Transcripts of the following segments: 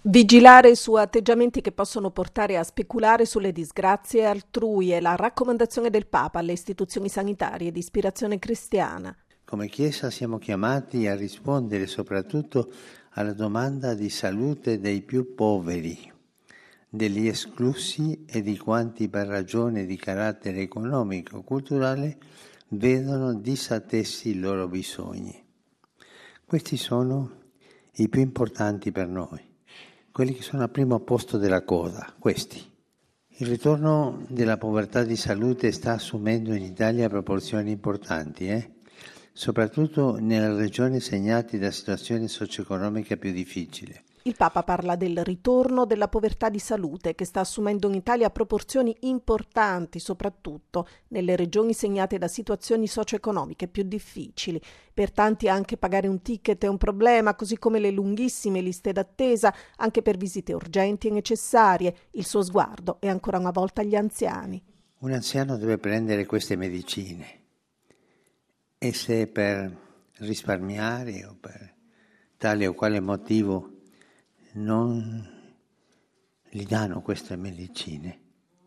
Vigilare su atteggiamenti che possono portare a speculare sulle disgrazie altrui è la raccomandazione del Papa alle istituzioni sanitarie di ispirazione cristiana. Come Chiesa siamo chiamati a rispondere soprattutto alla domanda di salute dei più poveri, degli esclusi e di quanti per ragioni di carattere economico o culturale vedono disattesi i loro bisogni. Questi sono i più importanti per noi, quelli che sono al primo posto della coda, questi. Il ritorno della povertà di salute sta assumendo in Italia proporzioni importanti, soprattutto nelle regioni segnate da situazioni socio-economiche più difficili. Il Papa parla del ritorno della povertà di salute che sta assumendo in Italia proporzioni importanti, soprattutto nelle regioni segnate da situazioni socio-economiche più difficili. Per tanti anche pagare un ticket è un problema, così come le lunghissime liste d'attesa anche per visite urgenti e necessarie. Il suo sguardo è ancora una volta agli anziani. Un anziano deve prendere queste medicine e se per risparmiare o per tale o quale motivo non gli danno queste medicine,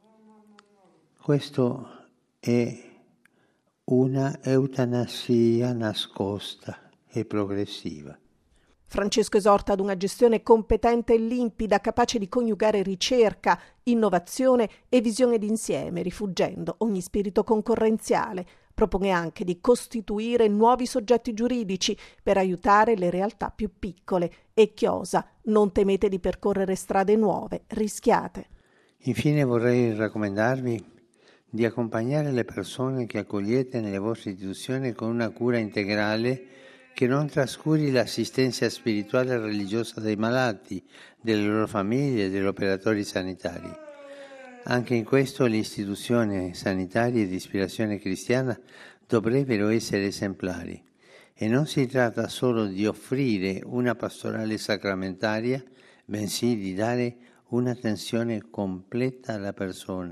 questo è una eutanasia nascosta e progressiva. Francesco esorta ad una gestione competente e limpida, capace di coniugare ricerca, innovazione e visione d'insieme, rifuggendo ogni spirito concorrenziale. Propone anche di costituire nuovi soggetti giuridici per aiutare le realtà più piccole e chiosa. Non temete di percorrere strade nuove, rischiate. Infine vorrei raccomandarvi di accompagnare le persone che accogliete nelle vostre istituzioni con una cura integrale che non trascuri l'assistenza spirituale e religiosa dei malati, delle loro famiglie e degli operatori sanitari. Anche in questo le istituzioni sanitarie di ispirazione cristiana dovrebbero essere esemplari e non si tratta solo di offrire una pastorale sacramentaria, bensì di dare un'attenzione completa alla persona.